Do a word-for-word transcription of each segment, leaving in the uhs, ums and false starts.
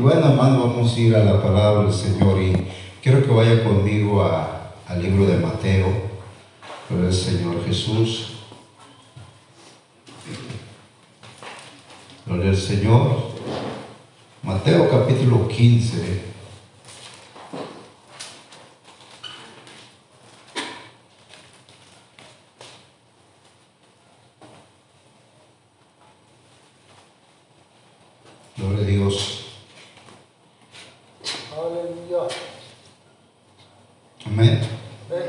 bueno, hermano, vamos a ir a la palabra del Señor y quiero que vaya conmigo a, al libro de Mateo, por el Señor Jesús. Gloria al Señor. Mateo capítulo quince. Gloria a Dios. Aleluya. Amén. Amén.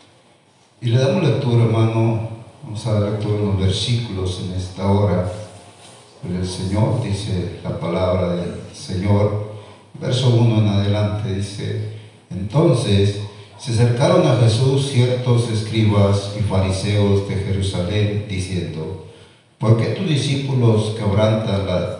Y le damos lectura, hermano. Vamos a dar lectura en los versículos en esta hora. El Señor dice la palabra del Señor, verso uno en adelante, dice: entonces se acercaron a Jesús ciertos escribas y fariseos de Jerusalén, diciendo: ¿por qué tus discípulos quebrantan la,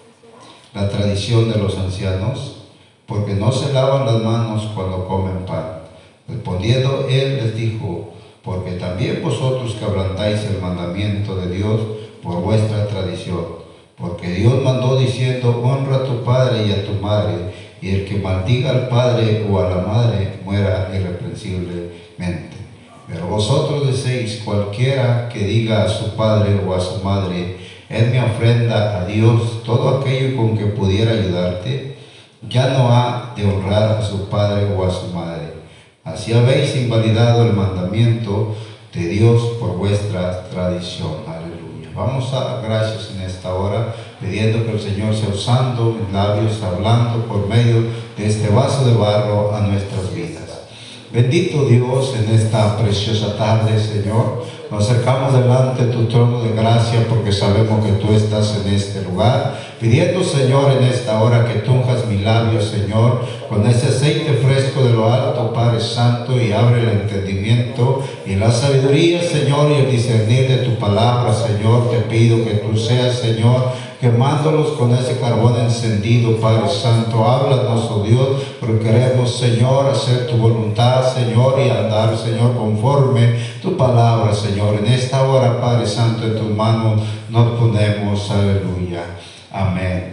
la tradición de los ancianos? Porque no se lavan las manos cuando comen pan. Respondiendo él les dijo: porque también vosotros quebrantáis el mandamiento de Dios por vuestra tradición. Porque Dios mandó diciendo: honra a tu padre y a tu madre, y el que maldiga al padre o a la madre muera irreprensiblemente. Pero vosotros decéis: cualquiera que diga a su padre o a su madre, es mi ofrenda a Dios, todo aquello con que pudiera ayudarte, ya no ha de honrar a su padre o a su madre. Así habéis invalidado el mandamiento de Dios por vuestra tradición. Aleluya. Vamos a dar gracias en esta hora, pidiendo que el Señor sea usando mis labios, hablando por medio de este vaso de barro a nuestras vidas. Bendito Dios, en esta preciosa tarde, Señor, nos acercamos delante de tu trono de gracia porque sabemos que tú estás en este lugar, pidiendo, Señor, en esta hora que tú unjas mis labios, Señor, con ese aceite fresco de lo alto, Padre Santo, y abre el entendimiento y la sabiduría, Señor, y el discernir de tu palabra, Señor. Te pido que tú seas, Señor, quemándolos con ese carbón encendido, Padre Santo. Háblanos, oh Dios, porque queremos, Señor, hacer tu voluntad, Señor, y andar, Señor, conforme tu palabra, Señor. En esta hora, Padre Santo, en tus manos nos ponemos. Aleluya. Amén.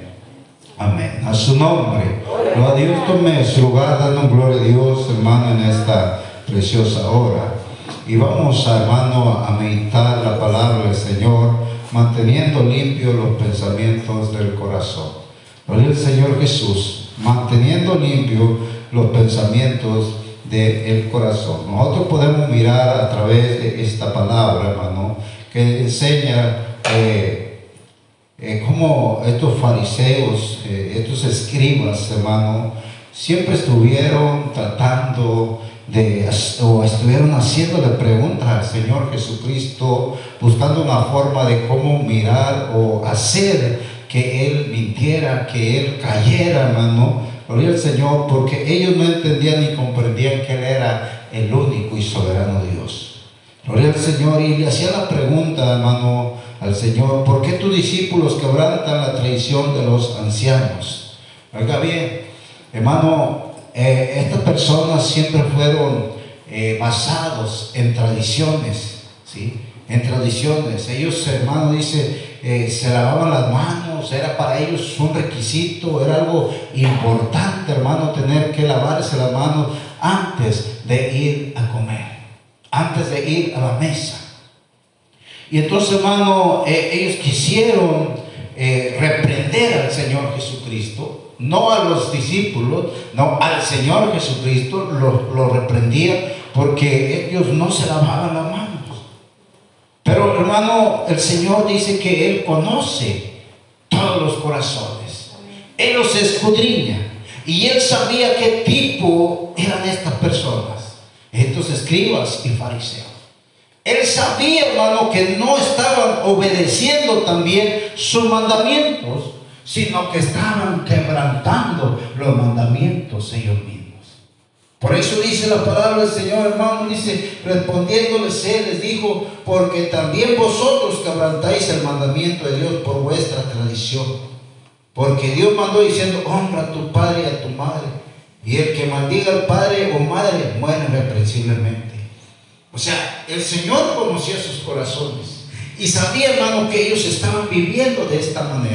Amén. A su nombre. Gloria a Dios. Tome su lugar, dando gloria a Dios, hermano, en esta preciosa hora. Y vamos, hermano, a meditar la palabra del Señor, manteniendo limpios los pensamientos del corazón. Gloria al Señor Jesús, manteniendo limpios los pensamientos del corazón. Nosotros podemos mirar a través de esta palabra, hermano, que enseña eh, eh, cómo estos fariseos, eh, estos escribas, hermano, siempre estuvieron tratando de, o estuvieron haciéndole preguntas al Señor Jesucristo, buscando una forma de cómo mirar o hacer que Él mintiera, que Él cayera, hermano. Gloria al Señor, porque ellos no entendían ni comprendían que Él era el único y soberano Dios. Gloria al Señor, y le hacía la pregunta, hermano, al Señor: ¿por qué tus discípulos quebrantan la tradición de los ancianos? Oiga bien, hermano, Eh, estas personas siempre fueron eh, basados en tradiciones, ¿sí? En tradiciones. Ellos, hermano, dice, eh, se lavaban las manos, era para ellos un requisito, era algo importante, hermano, tener que lavarse las manos antes de ir a comer, antes de ir a la mesa. Y entonces, hermano, eh, ellos quisieron eh, reprender al Señor Jesucristo. No a los discípulos, no, al Señor Jesucristo lo, lo reprendía porque ellos no se lavaban las manos. Pero, hermano, el Señor dice que Él conoce todos los corazones. Él los escudriña. Y Él sabía qué tipo eran estas personas, estos escribas y fariseos. Él sabía, hermano, que no estaban obedeciendo también sus mandamientos, sino que estaban quebrantando los mandamientos ellos mismos. Por eso dice la palabra del Señor, hermano, dice, respondiéndoles Él les dijo: porque también vosotros quebrantáis el mandamiento de Dios por vuestra tradición. Porque Dios mandó diciendo: honra a tu padre y a tu madre, y el que maldiga al padre o madre muere irreprensiblemente. O sea, el Señor conocía sus corazones y sabía, hermano, que ellos estaban viviendo de esta manera.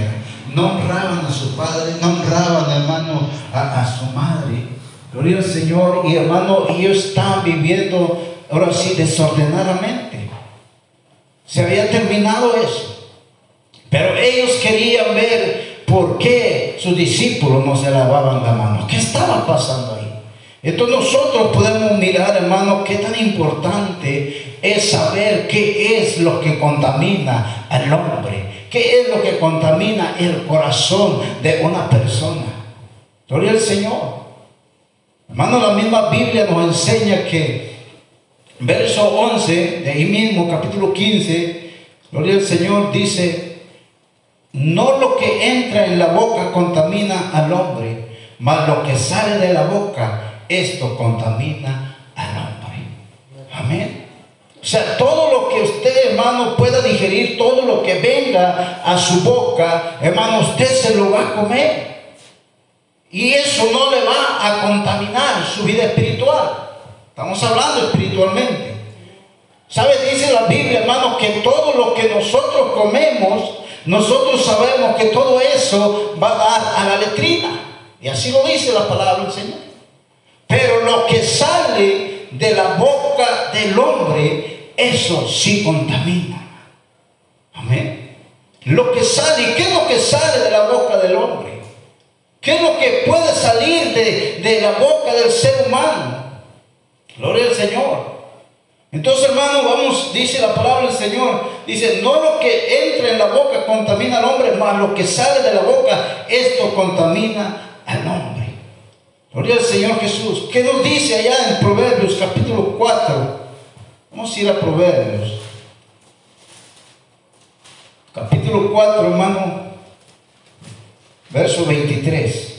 no honraban a su padre, no honraban, hermano, a, a su madre. Gloria al Señor. Y hermano, ellos estaban viviendo ahora sí desordenadamente. Se había terminado eso. Pero ellos querían ver por qué sus discípulos no se lavaban la mano. ¿Qué estaba pasando ahí? Entonces nosotros podemos mirar, hermano, qué tan importante es saber qué es lo que contamina al hombre, qué es lo que contamina el corazón de una persona. Gloria al Señor. Hermano, la misma Biblia nos enseña que, verso once, de ahí mismo, capítulo quince, gloria al Señor, dice: no lo que entra en la boca contamina al hombre, mas lo que sale de la boca, esto contamina al hombre. Amén. O sea, todo lo que usted, hermano, pueda digerir, todo lo que venga a su boca, hermano, usted se lo va a comer. Y eso no le va a contaminar su vida espiritual. Estamos hablando espiritualmente. ¿Sabe? Dice la Biblia, hermano, que todo lo que nosotros comemos, nosotros sabemos que todo eso va a dar a la letrina. Y así lo dice la palabra del Señor. Pero lo que sale de la boca del hombre, eso sí contamina. Amén. Lo que sale, ¿qué es lo que sale de la boca del hombre? ¿Qué es lo que puede salir de, de la boca del ser humano? Gloria al Señor. Entonces, hermano, vamos, dice la palabra del Señor, dice: no lo que entra en la boca contamina al hombre, mas lo que sale de la boca, esto contamina al hombre. Gloria al Señor Jesús. ¿Qué nos dice allá en Proverbios capítulo cuatro? Vamos a ir a Proverbios capítulo cuatro, hermano, verso veintitrés.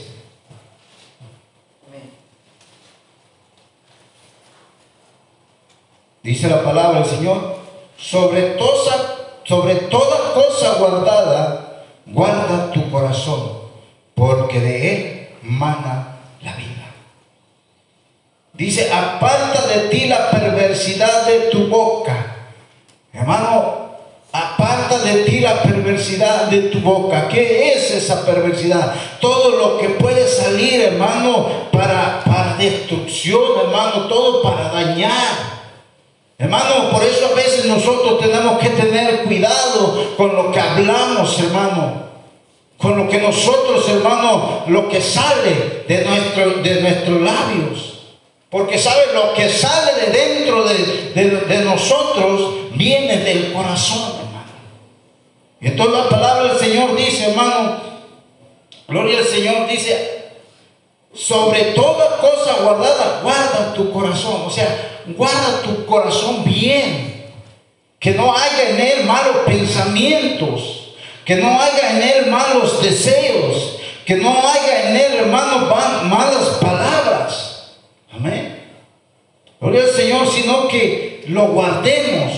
Dice la palabra del Señor: sobre toda, sobre toda cosa guardada, guarda tu corazón, porque de él mana la vida. Dice: aparta de ti la perversidad de tu boca. Hermano, aparta de ti la perversidad de tu boca. ¿Qué es esa perversidad? Todo lo que puede salir, hermano, para, para destrucción, hermano, todo para dañar. Hermano, por eso a veces nosotros tenemos que tener cuidado con lo que hablamos, hermano. Con lo que nosotros, hermano, lo que sale de, nuestro, de nuestros labios. Porque, ¿sabe? Lo que sale de dentro de, de, de nosotros viene del corazón, hermano. Y entonces la palabra del Señor dice, hermano, gloria al Señor, dice: sobre toda cosa guardada, guarda tu corazón. O sea, guarda tu corazón bien, que no haya en él malos pensamientos, que no haya en él malos deseos, que no haya en él, hermano, malas palabras. Amén. Gloria al Señor, sino que lo guardemos.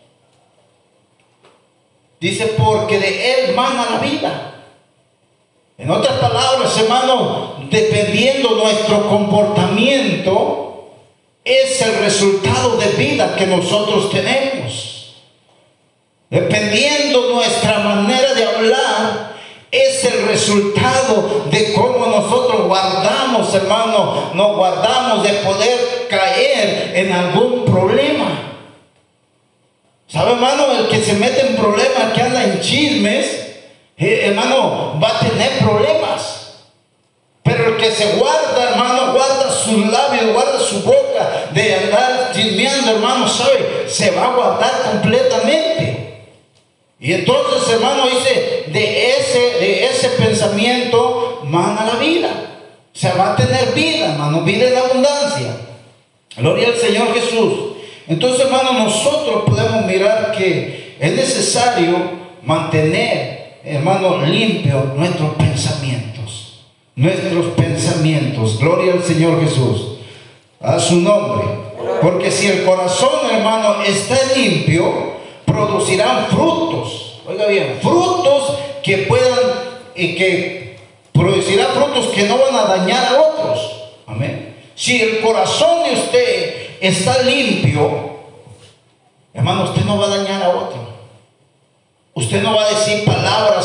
Dice: porque de él mana la vida. En otras palabras, hermano, dependiendo nuestro comportamiento, es el resultado de vida que nosotros tenemos. Dependiendo nuestra manera de hablar, es el resultado de cómo nosotros guardamos, hermano, nos guardamos de poder caer en algún problema. ¿Sabe, hermano? El que se mete en problemas, que anda en chismes, eh, hermano, va a tener problemas. Pero el que se guarda, hermano, guarda sus labios, guarda su boca de andar chismeando, hermano, ¿sabe? Se va a guardar completamente. Y entonces, hermano, dice: de ese, de ese pensamiento mana la vida. O sea, va a tener vida, hermano, vida en abundancia. Gloria al Señor Jesús. Entonces, hermano, nosotros podemos mirar que es necesario mantener, hermano, limpios nuestros pensamientos. Nuestros pensamientos. Gloria al Señor Jesús. A su nombre. Porque si el corazón, hermano, está limpio, producirán frutos. Oiga bien, frutos que puedan y que producirán frutos que no van a dañar a otros. Amén. Si el corazón de usted está limpio, hermano, usted no va a dañar a otro. Usted no va a decir palabras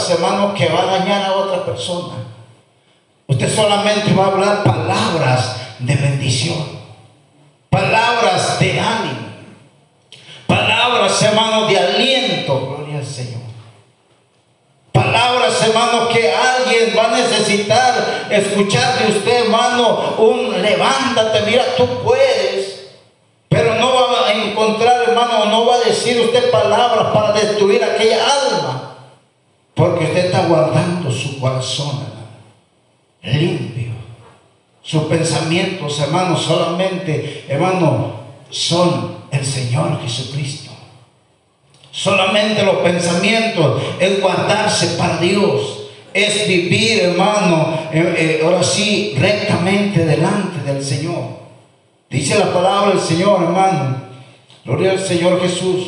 palabras, hermano, que va a dañar a otra persona. Usted solamente va a hablar palabras de bendición, palabras de ánimo, palabras, hermano, de aliento. Gloria al Señor. Palabras, hermano, que alguien va a necesitar escuchar de usted, hermano, un levántate, mira, tú puedes. Pero no va a encontrar, hermano, no va a decir usted palabras para destruir aquella alma, porque usted está guardando su corazón, hermano, limpio. Sus pensamientos, hermano, solamente, hermano, son el Señor Jesucristo. Solamente los pensamientos es guardarse para Dios, es vivir, hermano, eh, eh, ahora sí, rectamente delante del Señor. Dice la palabra del Señor, hermano, gloria al Señor Jesús.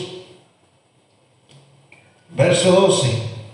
Verso doce.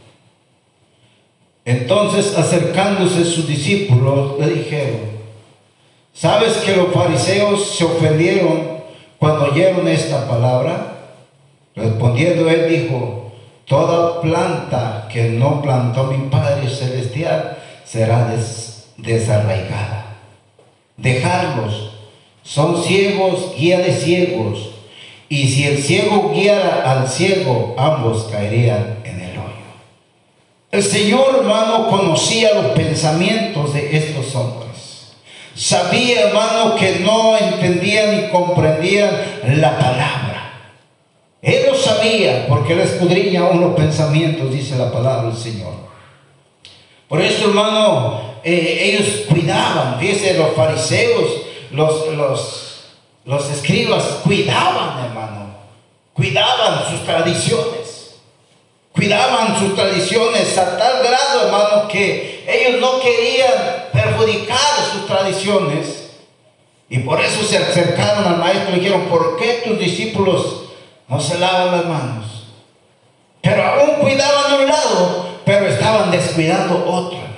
Entonces, acercándose sus discípulos, le dijeron: ¿sabes que los fariseos se ofendieron cuando oyeron esta palabra? Respondiendo él dijo: toda planta que no plantó mi Padre Celestial será des desarraigada. Dejarlos, son ciegos, guía de ciegos, y si el ciego guiara al ciego, ambos caerían en el hoyo. El Señor, hermano, conocía los pensamientos de estos hombres. Sabía, hermano, que no entendían ni comprendían la palabra. Él lo sabía, porque Él escudriña aún los pensamientos, dice la palabra del Señor. Por eso, hermano, eh, ellos cuidaban, fíjense, los fariseos, los, los, los escribas, cuidaban, hermano, cuidaban sus tradiciones, cuidaban sus tradiciones a tal grado, hermano, que ellos no querían perjudicar sus tradiciones, y por eso se acercaron al maestro y dijeron: ¿por qué tus discípulos no se lavan las manos? Pero aún cuidaban un lado, pero estaban descuidando otro, hermano.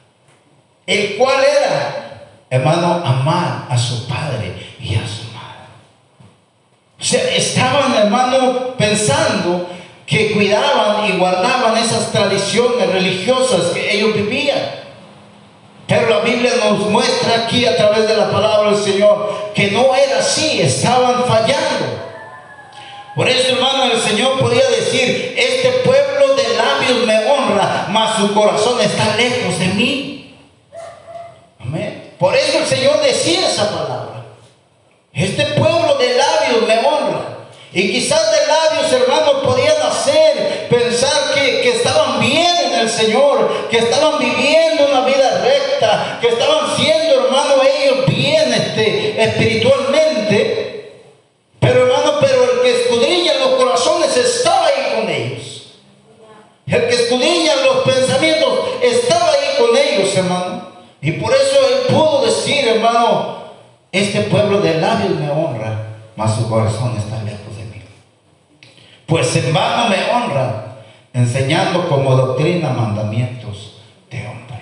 ¿El cual era? Hermano, amar a su padre y a su madre. O sea, estaban, hermano, pensando que cuidaban y guardaban esas tradiciones religiosas que ellos vivían. Pero la Biblia nos muestra aquí a través de la palabra del Señor que no era así, estaban fallando. Por eso, hermano, el Señor podía decir: este pueblo de labios me honra, mas su corazón está lejos de mí. Amén. Por eso el Señor decía esa palabra: este pueblo de labios me honra. Y quizás de labios, hermano, podían hacer pensar que, que estaban bien en el Señor, que estaban viviendo una vida recta, que estaban siendo, hermano, ellos bien este, espiritualmente. Pero, hermano, pero el que escudriña los corazones estaba ahí con ellos. El que escudriña los pensamientos estaba ahí con ellos, hermano. Y por eso él pudo decir, hermano: este pueblo de labios me honra, mas su corazón está lejos de mí. Pues en vano me honra, enseñando como doctrina mandamientos de hombre.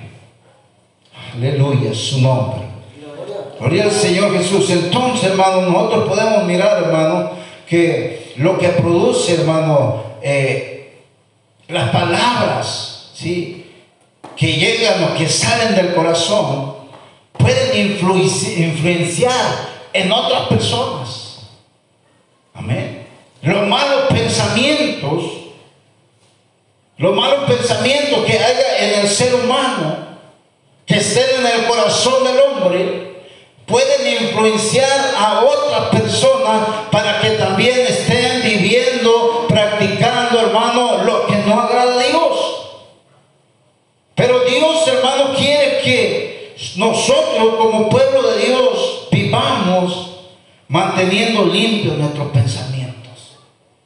Aleluya, su nombre. Gloria al Señor Jesús. Entonces, hermano, nosotros podemos mirar, hermano, que lo que produce, hermano, eh, las palabras, ¿sí?, que llegan o que salen del corazón, pueden influenciar en otras personas. Amén. Los malos pensamientos, los malos pensamientos que haya en el ser humano, que estén en el corazón del hombre, pueden influenciar a otras personas para que también estén viviendo, practicando, hermano, lo que no agrada a Dios. Pero Dios, hermano, quiere que nosotros como pueblo de Dios vivamos manteniendo limpios nuestros pensamientos.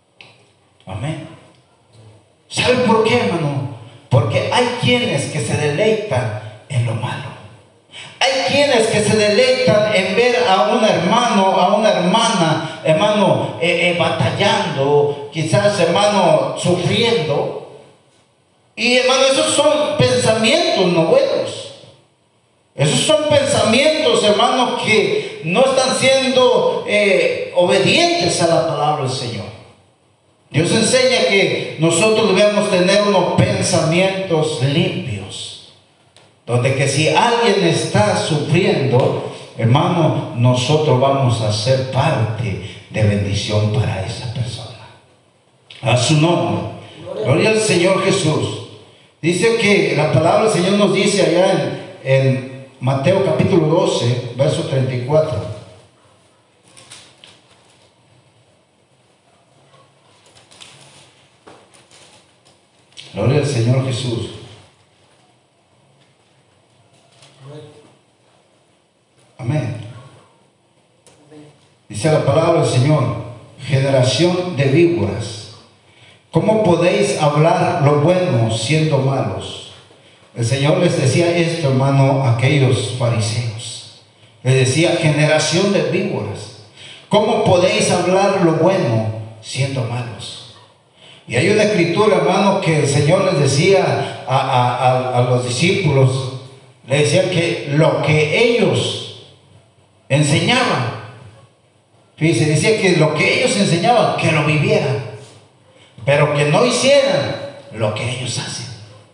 Amén. ¿Saben por qué, hermano? Porque hay quienes que se deleitan en lo malo. Hay quienes que se deleitan en ver a un hermano, a una hermana, hermano, eh, eh, batallando, quizás, hermano, sufriendo. Y, hermano, esos son pensamientos no buenos. Esos son pensamientos, hermano, que no están siendo eh, obedientes a la palabra del Señor. Dios enseña que nosotros debemos tener unos pensamientos limpios, donde que si alguien está sufriendo, hermano, nosotros vamos a ser parte de bendición para esa persona. A su nombre. Gloria al Señor Jesús. Dice que la palabra del Señor nos dice allá en, en Mateo capítulo doce, verso treinta y cuatro. Gloria al Señor Jesús. Amén. Dice la palabra del Señor: generación de víboras, ¿cómo podéis hablar lo bueno siendo malos? El Señor les decía esto, hermano, a aquellos fariseos. Les decía: generación de víboras, ¿cómo podéis hablar lo bueno siendo malos? Y hay una escritura, hermano, que el Señor les decía a, a, a, a los discípulos, les decía que lo que ellos enseñaban, fíjense, decía que lo que ellos enseñaban, que lo vivieran, pero que no hicieran lo que ellos hacen.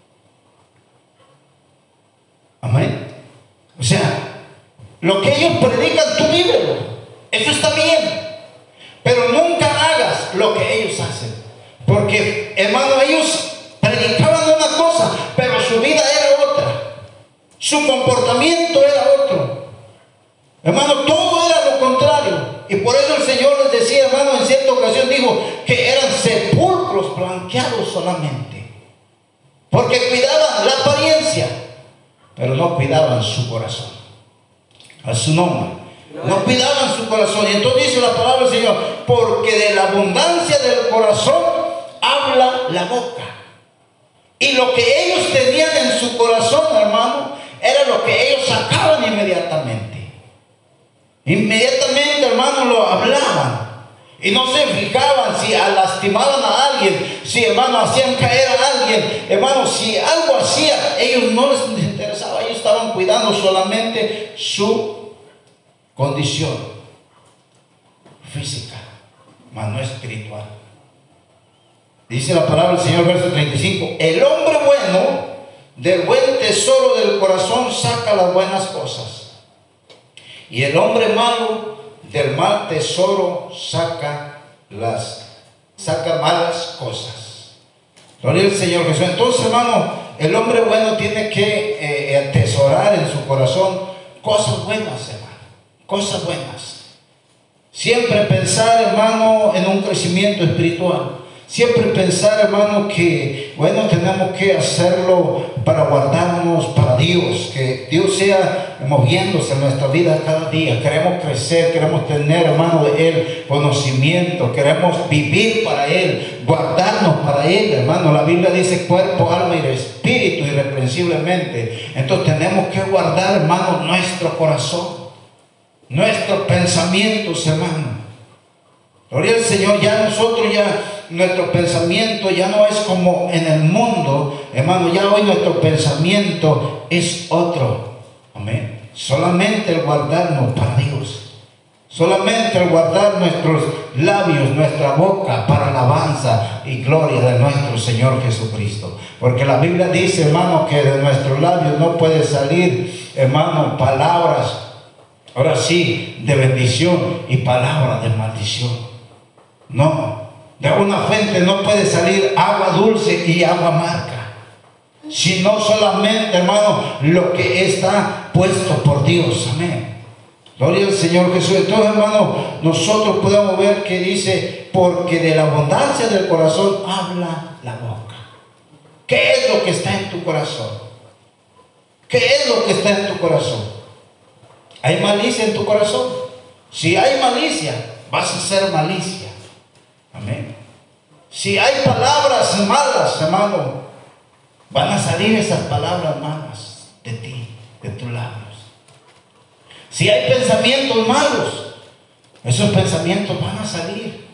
Amén. O sea, lo que ellos predican, tú vívelo. Eso está bien, pero nunca hagas lo que ellos hacen. Porque, hermano, ellos predicaban una cosa, pero su vida era otra. Su comportamiento era otro. Hermano, todo era lo contrario. Y por eso el Señor les decía, hermano, en cierta ocasión dijo que eran sepulcros blanqueados solamente. Porque cuidaban la apariencia, pero no cuidaban su corazón. A su nombre. No cuidaban su corazón. Y entonces dice la palabra del Señor: porque de la abundancia del corazón habla la boca. Y lo que ellos tenían en su corazón, hermano, era lo que ellos sacaban inmediatamente. Inmediatamente, hermano, lo hablaban. Y no se fijaban si lastimaban a alguien, si, hermano, hacían caer a alguien. Hermano, si algo hacía, ellos no les interesaba. Ellos estaban cuidando solamente su condición física, mas no espiritual. Dice la palabra del Señor, verso treinta y cinco: el hombre bueno del buen tesoro del corazón saca las buenas cosas, y el hombre malo del mal tesoro saca las saca malas cosas. Gloria al Señor Jesús. Entonces, hermano, el hombre bueno tiene que eh, atesorar en su corazón cosas buenas, hermano, cosas buenas. Siempre pensar, hermano, en un crecimiento espiritual. Siempre pensar, hermano, que, bueno, tenemos que hacerlo para guardarnos para Dios, que Dios sea moviéndose en nuestra vida cada día. Queremos crecer, queremos tener, hermano, de Él conocimiento, queremos vivir para Él, guardarnos para Él, hermano. La Biblia dice cuerpo, alma y espíritu irreprensiblemente. Entonces tenemos que guardar, hermano, nuestro corazón, nuestros pensamientos, hermano. Gloria al Señor. Ya nosotros ya nuestro pensamiento ya no es como en el mundo, hermano. Ya hoy nuestro pensamiento es otro. Amén. Solamente el guardarnos para Dios, solamente el guardar nuestros labios, nuestra boca para alabanza y gloria de nuestro Señor Jesucristo. Porque la Biblia dice, hermano, que de nuestros labios no puede salir, hermano, palabras, ahora sí, de bendición y palabras de maldición. No, de una fuente no puede salir agua dulce y agua amarga, sino solamente, hermano, lo que está puesto por Dios. Amén. Gloria al Señor Jesús. Entonces, hermano, nosotros podemos ver que dice, porque de la abundancia del corazón habla la boca. ¿Qué es lo que está en tu corazón? ¿Qué es lo que está en tu corazón? ¿Hay malicia en tu corazón? Si hay malicia, vas a hacer malicia. Amén. Si hay palabras malas, hermano, van a salir esas palabras malas de ti, de tus labios. Si hay pensamientos malos, esos pensamientos van a salir.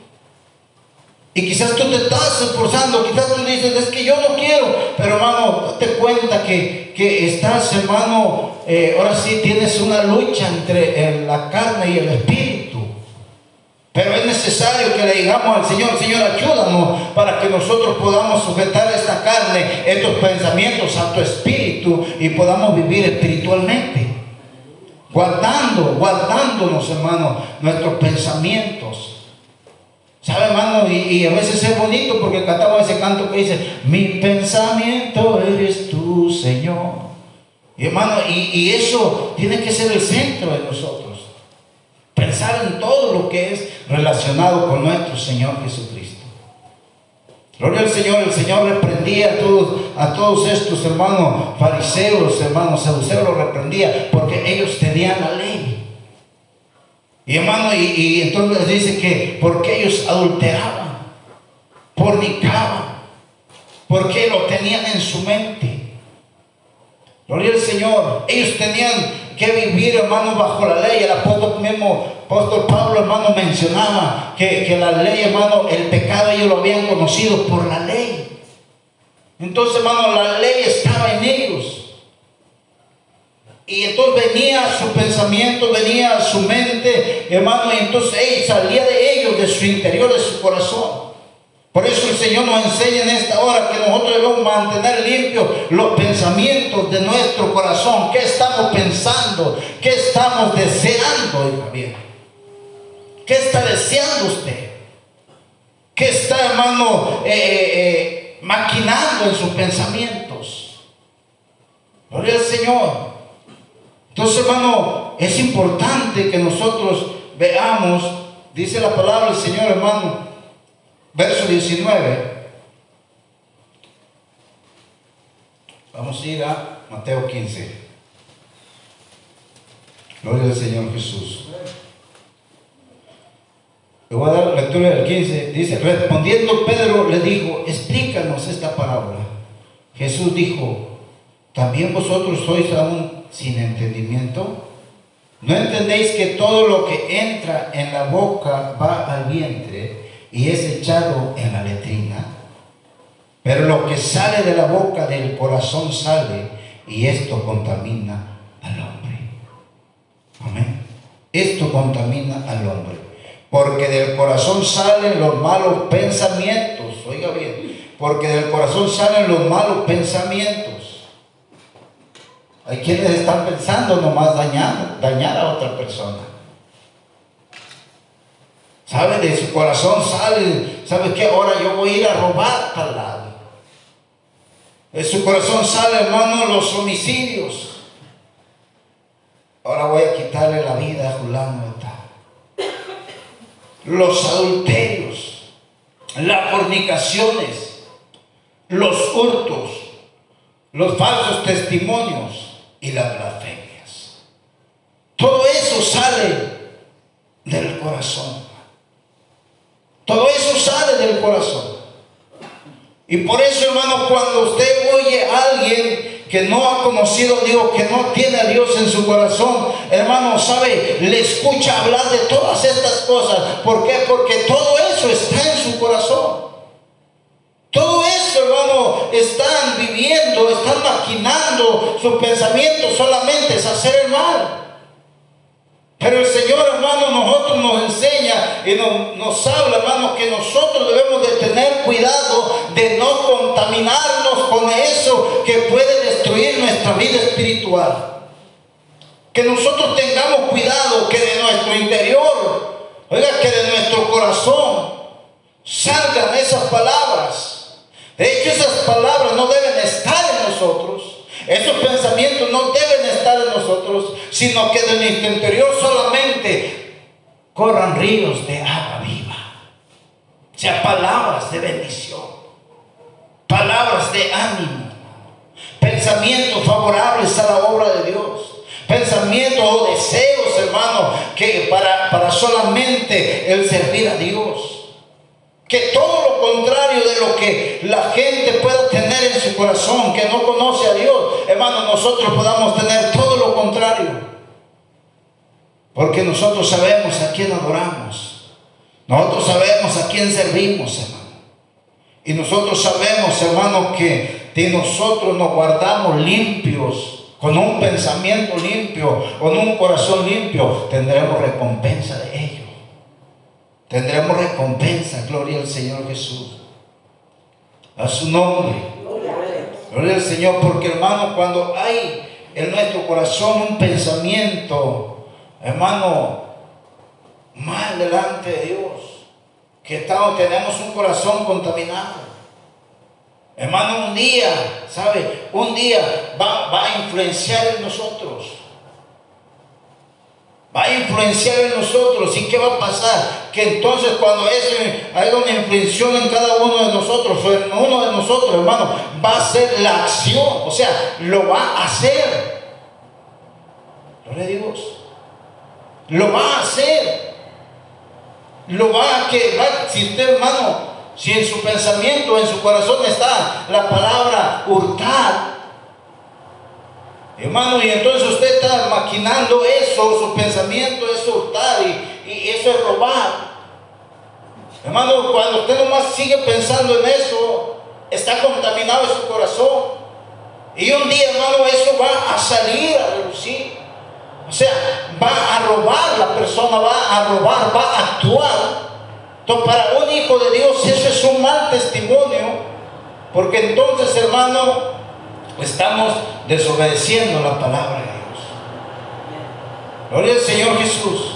Y quizás tú te estás esforzando, quizás tú dices, es que yo no quiero, pero hermano, date cuenta que, que estás, hermano, eh, ahora sí tienes una lucha entre eh, la carne y el espíritu. Pero es necesario que le digamos al Señor: Señor, ayúdanos para que nosotros podamos sujetar esta carne, estos pensamientos a tu espíritu y podamos vivir espiritualmente. Guardando, guardándonos, hermano, nuestros pensamientos. ¿Sabe, hermano? Y, y a veces es bonito porque cantamos ese canto que dice: mi pensamiento eres tú, Señor. Y hermano, y, y eso tiene que ser el centro de nosotros. Pensar en todo lo que es relacionado con nuestro Señor Jesucristo. Gloria al Señor. El Señor reprendía a todos, a todos estos hermanos fariseos, hermanos saduceos, los reprendía porque ellos tenían la ley. Y hermano, y, y entonces dice que porque ellos adulteraban, fornicaban, porque lo tenían en su mente. Gloria al Señor. Ellos tenían que vivir, hermano, bajo la ley. El apóstol mismo, apóstol Pablo, hermano, mencionaba que, que la ley, hermano, el pecado ellos lo habían conocido por la ley. Entonces, hermano, la ley estaba en ellos. Y entonces venía su pensamiento, venía su mente, hermano, y entonces él salía de ellos, de su interior, de su corazón. Por eso el Señor nos enseña en esta hora que nosotros debemos mantener limpios los pensamientos de nuestro corazón. ¿Qué estamos pensando? ¿Qué estamos deseando, hija bien? ¿Qué está deseando usted? ¿Qué está, hermano, eh, eh, maquinando en sus pensamientos? Gloria al Señor. Entonces, hermano, es importante que nosotros veamos, dice la palabra del Señor, hermano, verso diecinueve. Vamos a ir a Mateo quince. Gloria al Señor Jesús. Le voy a dar lectura del quince. Dice: respondiendo Pedro le dijo: explícanos esta parábola. Jesús dijo: ¿también vosotros sois aún sin entendimiento? ¿No entendéis que todo lo que entra en la boca va al vientre y es echado en la letrina? Pero lo que sale de la boca del corazón sale, y esto contamina al hombre. Amén. Esto contamina al hombre, porque del corazón salen los malos pensamientos. Oiga bien, porque del corazón salen los malos pensamientos. Hay quienes están pensando nomás dañar, dañar a otra persona. ¿Sabe? De su corazón sale: ¿sabe qué? Ahora yo voy a ir a robar tal lado. De su corazón sale, hermano, los homicidios. Ahora voy a quitarle la vida a fulano de tal. Los adulterios, las fornicaciones, los hurtos, los falsos testimonios y las blasfemias. Todo eso sale del corazón. Todo eso sale del corazón. Y por eso, hermano, cuando usted oye a alguien que no ha conocido a Dios, que no tiene a Dios en su corazón, hermano, sabe, le escucha hablar de todas estas cosas. ¿Por qué? Porque todo eso está en su corazón. Todo eso, hermano, están viviendo, están maquinando sus pensamientos, solamente es hacer el mal. Pero el Señor, hermano, nosotros nos enseña y nos, nos habla, hermano, que nosotros debemos de tener cuidado de no contaminarnos con eso que puede destruir nuestra vida espiritual. Que nosotros tengamos cuidado que de nuestro interior, oiga, que de nuestro corazón salgan esas palabras. De hecho, esas palabras no deben estar en nosotros. Esos pensamientos no deben estar en nosotros, sino que de nuestro interior solamente corran ríos de agua viva. O sea, palabras de bendición, palabras de ánimo, pensamientos favorables a la obra de Dios, pensamientos o deseos, hermano, que para, para solamente el servir a Dios. Que todo lo contrario de lo que la gente pueda tener en su corazón, que no conoce a Dios, hermano, nosotros podamos tener todo lo contrario. Porque nosotros sabemos a quién adoramos. Nosotros sabemos a quién servimos, hermano. Y nosotros sabemos, hermano, que si nosotros nos guardamos limpios, con un pensamiento limpio, con un corazón limpio, tendremos recompensa de ello. tendremos recompensa. Gloria al Señor Jesús. A su nombre. Gloria al Señor, porque hermano, cuando hay en nuestro corazón un pensamiento, hermano, mal delante de Dios, que estamos, tenemos un corazón contaminado, hermano, un día, ¿sabe? Un día va, va a influenciar en nosotros. Va a influenciar en nosotros. ¿Y qué va a pasar? Que entonces cuando eso haya una influencia en cada uno de nosotros, o en uno de nosotros, hermano, va a ser la acción. O sea, lo va a hacer. Gloria a Dios. Lo va a hacer. Lo va a que, va, si usted, hermano, si en su pensamiento, en su corazón está la palabra hurtar, hermano, y entonces usted está maquinando eso, su pensamiento es hurtar y, y eso es robar. Hermano, cuando usted nomás sigue pensando en eso, está contaminado en su corazón. Y un día, hermano, eso va a salir a relucir. O sea, va a robar la persona, va a robar, va a actuar. Entonces, para un hijo de Dios, eso es un mal testimonio. Porque entonces, hermano, estamos desobedeciendo la palabra de Dios. Gloria al Señor Jesús.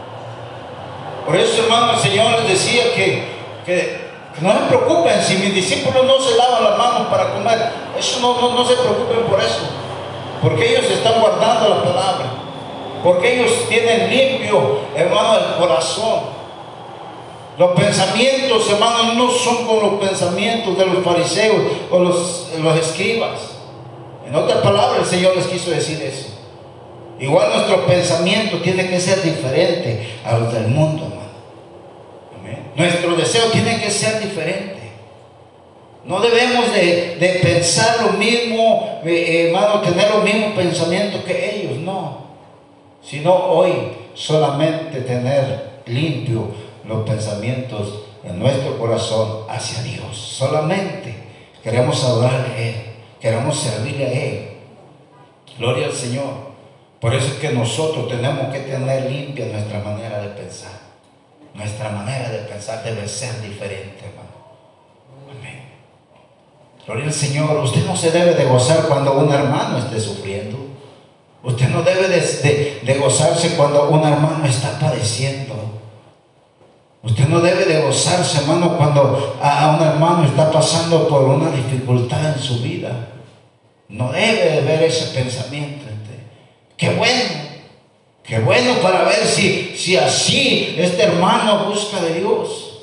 Por eso, hermano, el Señor les decía que, que, que no se preocupen si mis discípulos no se lavan las manos para comer. Eso no, no, no se preocupen por eso, porque ellos están guardando la palabra, porque ellos tienen limpio, hermano, el corazón. Los pensamientos, hermano, no son como los pensamientos de los fariseos o los, los escribas. En otras palabras, el Señor les quiso decir eso. Igual nuestro pensamiento tiene que ser diferente a los del mundo, hermano. Amén. Nuestro deseo tiene que ser diferente. No debemos de, de pensar lo mismo, eh, hermano, tener los mismos pensamientos que ellos, no. Sino hoy solamente tener limpio los pensamientos en nuestro corazón hacia Dios. Solamente queremos adorarle a Él, queremos servirle a Él. Gloria al Señor. Por eso es que nosotros tenemos que tener limpia nuestra manera de pensar. Nuestra manera de pensar debe ser diferente, hermano. Amén. Gloria al Señor. Usted no se debe de gozar cuando un hermano esté sufriendo. Usted no debe de, de, de gozarse cuando un hermano está padeciendo. Usted no debe de gozarse, hermano, cuando a, a un hermano está pasando por una dificultad en su vida. No debe de ver ese pensamiento. Qué bueno, qué bueno para ver si, si así este hermano busca de Dios.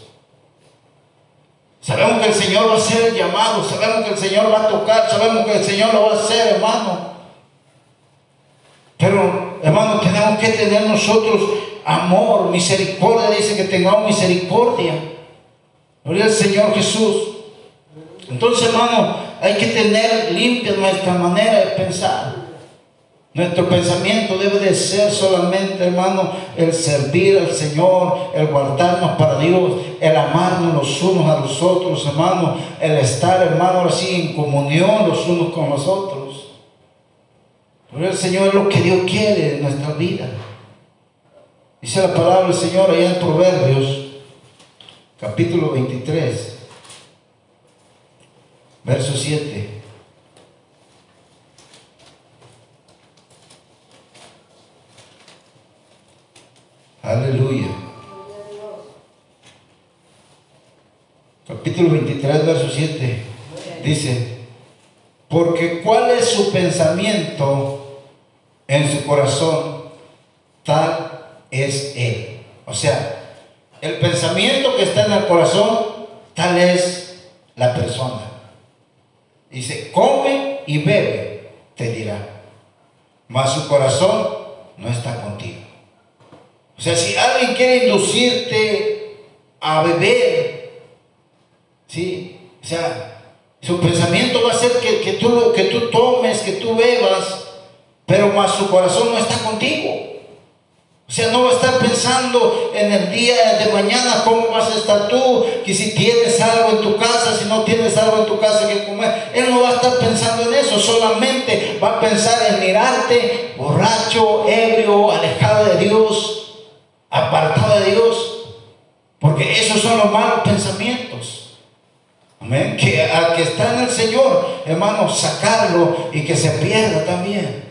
Sabemos que el Señor va a hacer el llamado, sabemos que el Señor va a tocar, sabemos que el Señor lo va a hacer, hermano. Pero, hermano, tenemos que tener nosotros amor, misericordia. Dice que tengamos misericordia. Gloria al Señor Jesús. Entonces, hermano, hay que tener limpia nuestra manera de pensar. Nuestro pensamiento debe de ser solamente, hermano, el servir al Señor, el guardarnos para Dios, el amarnos los unos a los otros, hermano, el estar, hermano, así en comunión los unos con los otros. Pero el Señor es lo que Dios quiere en nuestra vida. Dice la palabra del Señor allá en Proverbios, capítulo veintitrés, verso siete. Aleluya. Capítulo veintitrés, verso siete. Dice: porque cuál es su pensamiento en su corazón, tal es él. O sea, el pensamiento que está en el corazón, tal es la persona. Dice: come y bebe, te dirá, mas su corazón no está contigo. O sea, si alguien quiere inducirte a beber, ¿sí? O sea, su pensamiento va a ser que, que, tú, que tú tomes, que tú bebas, pero más su corazón no está contigo. O sea, no va a estar pensando en el día de mañana cómo vas a estar tú, que si tienes algo en tu casa, si no tienes algo en tu casa que comer. Él no va a estar pensando en eso, solamente va a pensar en mirarte borracho, ebrio, alejado de Dios, apartado de Dios. Porque esos son los malos pensamientos. Amén. Que al que está en el Señor, hermano, sacarlo y que se pierda también.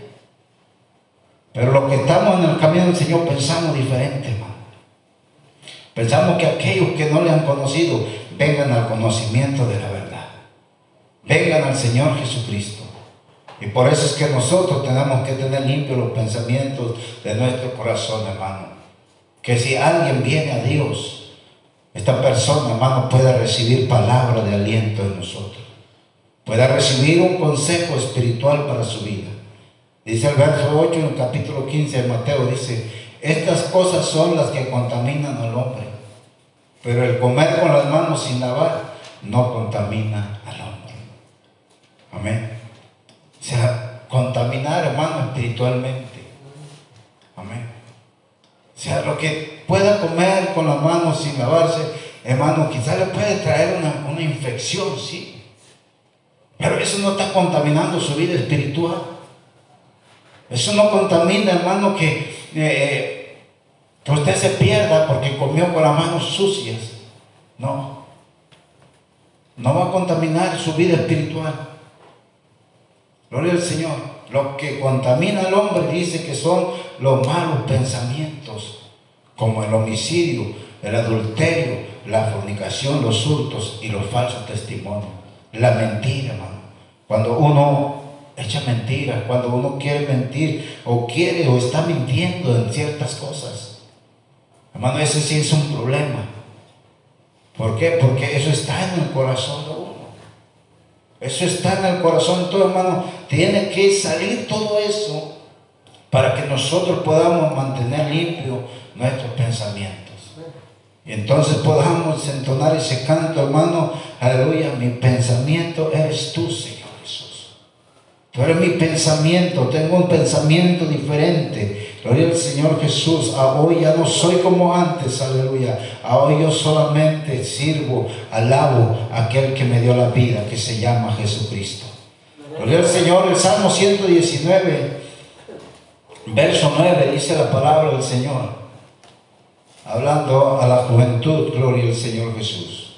Pero los que estamos en el camino del Señor pensamos diferente, hermano. Pensamos que aquellos que no le han conocido vengan al conocimiento de la verdad. Vengan al Señor Jesucristo. Y por eso es que nosotros tenemos que tener limpios los pensamientos de nuestro corazón, hermano. Que si alguien viene a Dios, esta persona, hermano, pueda recibir palabra de aliento en nosotros. Pueda recibir un consejo espiritual para su vida. Dice el verso ocho en el capítulo quince de Mateo, dice: estas cosas son las que contaminan al hombre, pero el comer con las manos sin lavar no contamina al hombre. Amén. O sea, contaminar, hermano, espiritualmente. Amén. O sea, lo que pueda comer con las manos sin lavarse, hermano, quizás le puede traer una, una infección, sí. Pero eso no está contaminando su vida espiritual. Eso no contamina, hermano, que, eh, que usted se pierda porque comió con las manos sucias. No. No va a contaminar su vida espiritual. Gloria al Señor. Lo que contamina al hombre dice que son los malos pensamientos, como el homicidio, el adulterio, la fornicación, los hurtos y los falsos testimonios. La mentira, hermano. Cuando uno echa mentiras, cuando uno quiere mentir o quiere o está mintiendo en ciertas cosas, hermano, ese sí es un problema. ¿Por qué? Porque eso está en el corazón de uno. Eso está en el corazón. Todo, hermano, tiene que salir todo eso para que nosotros podamos mantener limpio nuestros pensamientos. Y entonces podamos entonar ese canto, hermano. Aleluya, mi pensamiento eres tú, Señor Jesús. Tú eres mi pensamiento. Tengo un pensamiento diferente. Gloria al Señor Jesús. A hoy ya no soy como antes, aleluya. A hoy yo solamente sirvo, alabo a aquel que me dio la vida, que se llama Jesucristo. Gloria al Señor. El Salmo ciento diecinueve, verso nueve, dice la palabra del Señor, hablando a la juventud. Gloria al Señor Jesús.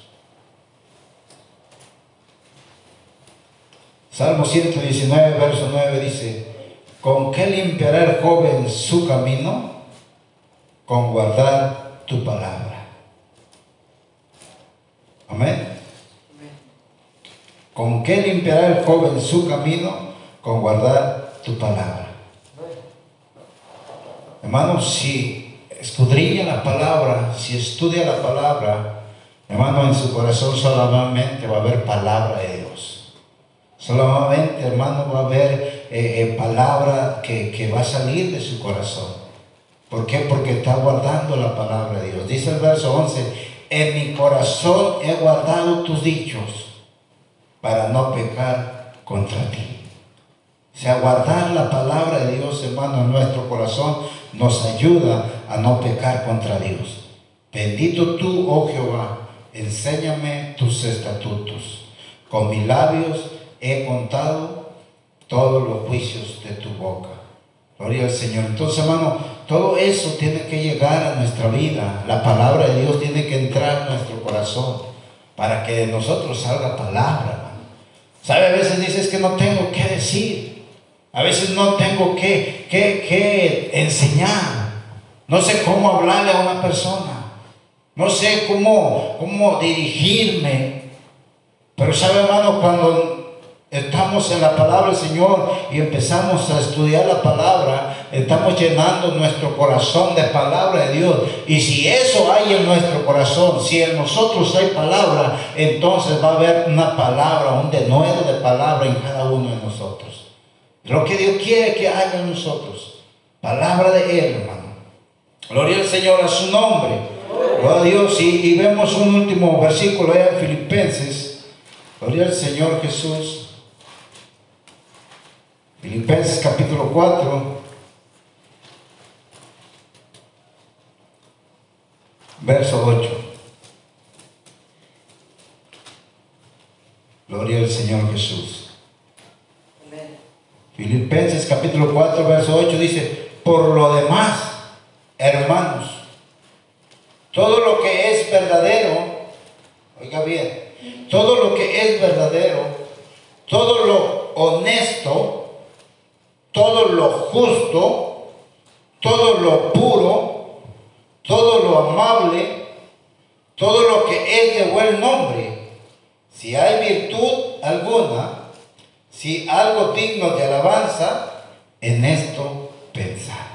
Salmo ciento diecinueve, verso nueve dice: ¿con qué limpiará el joven su camino? Con guardar tu palabra. Amén. ¿Con qué limpiará el joven su camino? Con guardar tu palabra. Hermano, si escudriña la palabra, si estudia la palabra, hermano, en su corazón solamente va a haber palabra de Dios. Solamente, hermano, va a haber eh, eh, palabra que, que va a salir de su corazón. ¿Por qué? Porque está guardando la palabra de Dios. Dice el verso once: en mi corazón he guardado tus dichos para no pecar contra ti. O sea, guardar la palabra de Dios, hermano, en nuestro corazón nos ayuda a no pecar contra Dios. Bendito tú, oh Jehová, enséñame tus estatutos. Con mis labios he contado todos los juicios de tu boca. Gloria al Señor. Entonces, hermano, todo eso tiene que llegar a nuestra vida. La palabra de Dios tiene que entrar en nuestro corazón para que de nosotros salga palabra, hermano. ¿Sabe? A veces dices que no tengo que decir. A veces no tengo que, que, que enseñar. No sé cómo hablarle a una persona. No sé cómo, cómo dirigirme. Pero sabe, hermano, cuando estamos en la palabra del Señor y empezamos a estudiar la palabra, estamos llenando nuestro corazón de palabra de Dios. Y si eso hay en nuestro corazón, si en nosotros hay palabra, entonces va a haber una palabra, un denuedo de palabra en cada uno de nosotros. Lo que Dios quiere que haya en nosotros, palabra de Él, hermano. Gloria al Señor, a su nombre. Gloria a Dios. Y, y vemos un último versículo allá en Filipenses. Gloria al Señor Jesús. Filipenses capítulo cuatro, verso ocho. Gloria al Señor Jesús. Filipenses capítulo cuatro, verso ocho dice: por lo demás, hermanos, todo lo que es verdadero, oiga bien, todo lo que es verdadero, todo lo honesto, todo lo justo, todo lo puro, todo lo amable, todo lo que es de buen nombre, si hay virtud alguna, si algo digno de alabanza, en esto pensad.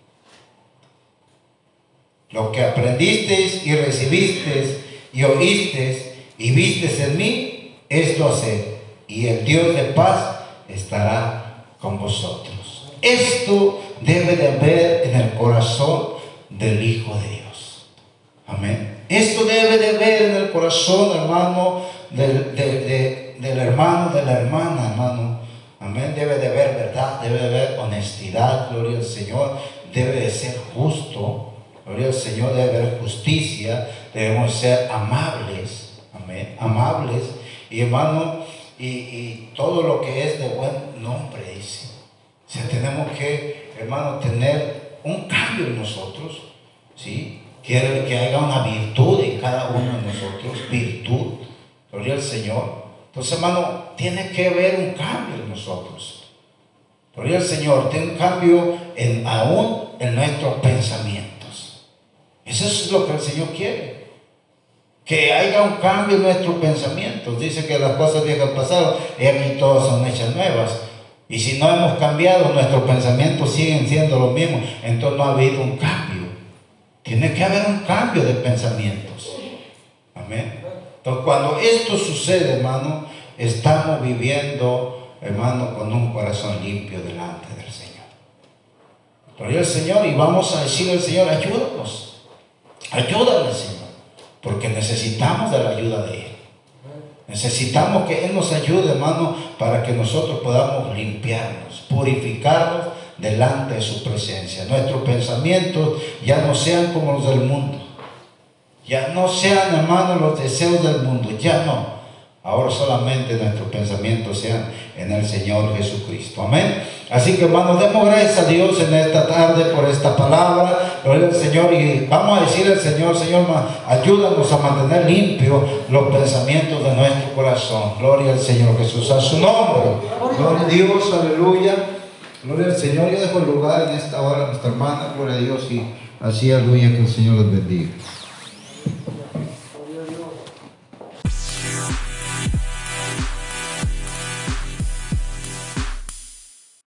Lo que aprendisteis y recibisteis y oísteis y visteis en mí, esto haced, y el Dios de paz estará con vosotros. Esto debe de haber en el corazón del Hijo de Dios. Amén. Esto debe de haber en el corazón, hermano, del, de, de, del hermano, de la hermana, hermano. Amén. Debe de haber verdad, debe de haber honestidad, gloria al Señor. Debe de ser justo. Gloria al Señor, debe haber justicia, debemos ser amables, amén, amables, y hermano, y, y todo lo que es de buen nombre, dice. O sea, tenemos que, hermano, tener un cambio en nosotros, ¿sí? Quiere que haya una virtud en cada uno de nosotros, virtud, gloria al Señor. Entonces, hermano, tiene que haber un cambio en nosotros. Gloria al Señor, tiene un cambio en, aún en nuestros pensamientos. Eso es lo que el Señor quiere, que haya un cambio en nuestros pensamientos. Dice que las cosas viejas pasaron y aquí todas son hechas nuevas. Y si no hemos cambiado, nuestros pensamientos siguen siendo los mismos, entonces no ha habido un cambio. Tiene que haber un cambio de pensamientos. Amén. Entonces, cuando esto sucede, hermano, estamos viviendo, hermano, con un corazón limpio delante del Señor. Gloria al Señor, y vamos a decirle al Señor, ayúdanos. Ayúdale, Señor, porque necesitamos de la ayuda de Él. Necesitamos que Él nos ayude, hermano, para que nosotros podamos limpiarnos, purificarnos delante de su presencia. Nuestros pensamientos ya no sean como los del mundo. Ya no sean, hermano, los deseos del mundo. Ya no. Ahora solamente nuestros pensamientos sean en el Señor Jesucristo. Amén. Así que, hermanos, demos gracias a Dios en esta tarde por esta palabra. Gloria al Señor. Y vamos a decirle al Señor, Señor, ayúdanos a mantener limpios los pensamientos de nuestro corazón. Gloria al Señor Jesús. A su nombre. Gloria a Dios. Aleluya. Gloria al Señor. Yo dejo el lugar en esta hora a nuestra hermana. Gloria a Dios. Y así, aleluya, que el Señor les bendiga.